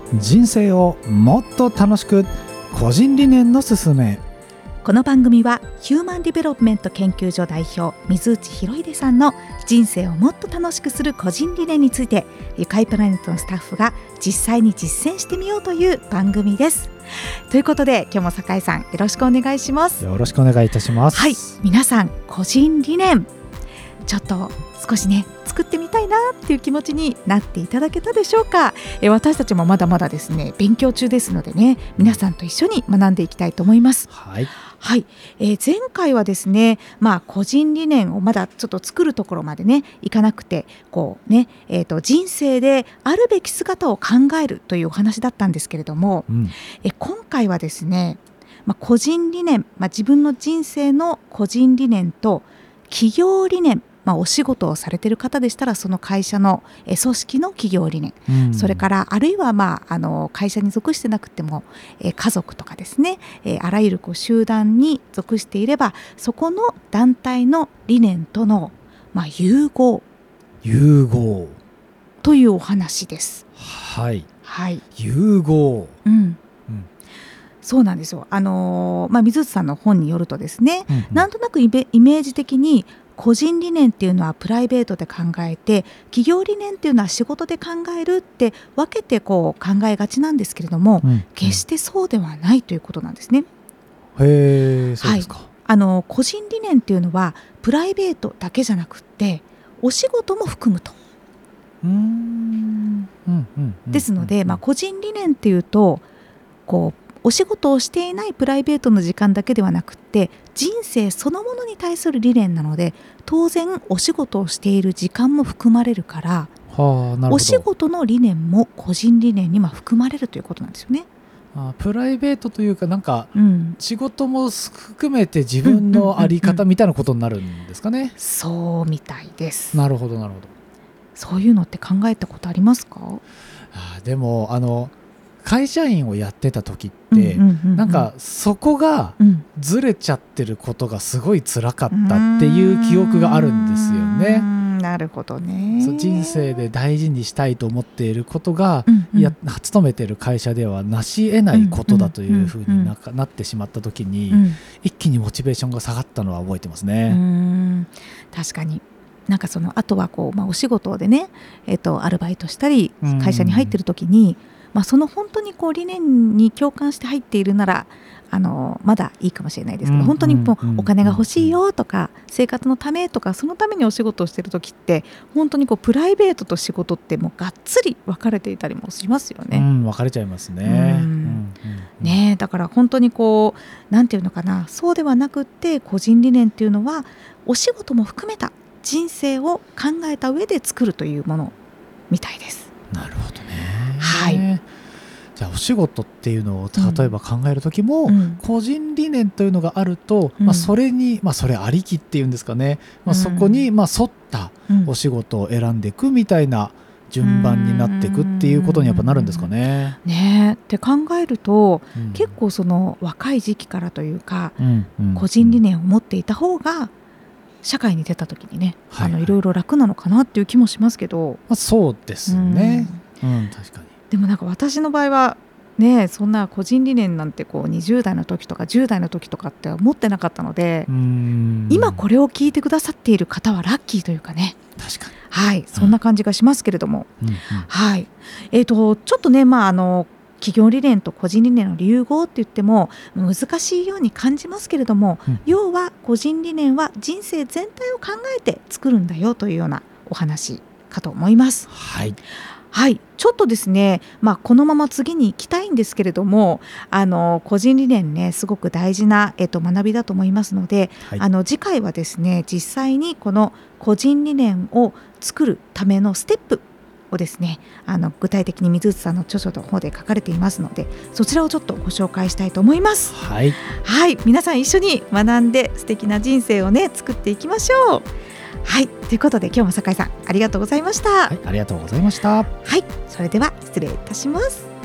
人生をもっと楽しく、個人理念のすすめ。 この番組はヒューマンディベロップメント研究所代表水内博秀さんの人生をもっと楽しくする個人理念について、ゆかいプラネットのスタッフが実際に実践してみようという番組です。ということで今日も酒井さん、よろしくお願いします。 よろしくお願いいたします。 はい、皆さん個人理念ちょっと少しね作ってみたいなっていう気持ちになっていただけたでしょうか。私たちもまだまだですね勉強中ですのでね、皆さんと一緒に学んでいきたいと思います。 はいはい、前回はですね、個人理念をまだちょっと作るところまでねいかなくて、こうね、人生であるべき姿を考えるというお話だったんですけれども、今回はですね、個人理念、自分の人生の個人理念と企業理念、お仕事をされている方でしたらその会社の組織の企業理念、それからあるいは、会社に属してなくても家族とかですね、あらゆる集団に属していればそこの団体の理念との、融合というお話です。 はい、 はい、 融合、 そうなんですよ。水内さんの本によるとですね、なんとなくイメージ的に個人理念っていうのはプライベートで考えて、企業理念っていうのは仕事で考えるって分けて考えがちなんですけれども、決してそうではないということなんですね。 へー、そうですか。 個人理念っていうのはプライベートだけじゃなくってお仕事も含むと。ですので、個人理念っていうとお仕事をしていないプライベートの時間だけではなくって人生そのものに対する理念なので、当然お仕事をしている時間も含まれるから、お仕事の理念も個人理念に含まれるということなんですよね。 プライベートというか仕事も含めて自分の在り方みたいなことになるんですかね。 そうみたいです。 なるほどなるほど。 そういうのって考えたことありますか？ でも会社員をやってた時って、そこがずれちゃってることがすごい辛かったっていう記憶があるんですよね。 なるほどね。 人生で大事にしたいと思っていることが、勤めている会社ではなし得ないことだというふうになってしまった時に、一気にモチベーションが下がったのは覚えてますね。 確かにあとはお仕事でね、アルバイトしたり会社に入ってる時に、その本当に理念に共感して入っているならまだいいかもしれないですけど、本当にお金が欲しいよとか生活のためとか、そのためにお仕事をしている時って本当にプライベートと仕事ってもうがっつり分かれていたりもしますよね。 分かれちゃいますね。 だから本当になんていうのかな、そうではなくって個人理念っていうのはお仕事も含めた人生を考えた上で作るというものみたいです。 なるほどね。 はい、 じゃあお仕事っていうのを例えば考える時も、個人理念というのがあると、それに、それありきっていうんですかね、そこに沿ったお仕事を選んでいくみたいな順番になっていくっていうことにやっぱなるんですかね。 って考えると、結構その若い時期からというか、個人理念を持っていた方が社会に出た時にね、いろいろ楽なのかなっていう気もしますけど、 そうですね。確かに。 でも私の場合はね、そんな個人理念なんて20代の時とか10代の時とかって思ってなかったので、今これを聞いてくださっている方はラッキーというかね。 確かに。 はい、そんな感じがしますけれども、はい、ちょっとね、企業理念と個人理念の融合って言っても難しいように感じますけれども、要は個人理念は人生全体を考えて作るんだよというようなお話かと思います。はい、ちょっとですね、このまま次に行きたいんですけれども、個人理念ねすごく大事な、学びだと思いますので、次回はですね実際にこの個人理念を作るためのステップをですね具体的に水内さんの著書の方で書かれていますので、そちらをちょっとご紹介したいと思います。はい、皆さん一緒に学んで素敵な人生をね作っていきましょう。はい、ということで今日も酒井さんありがとうございました。 ありがとうございました。 それでは失礼いたします。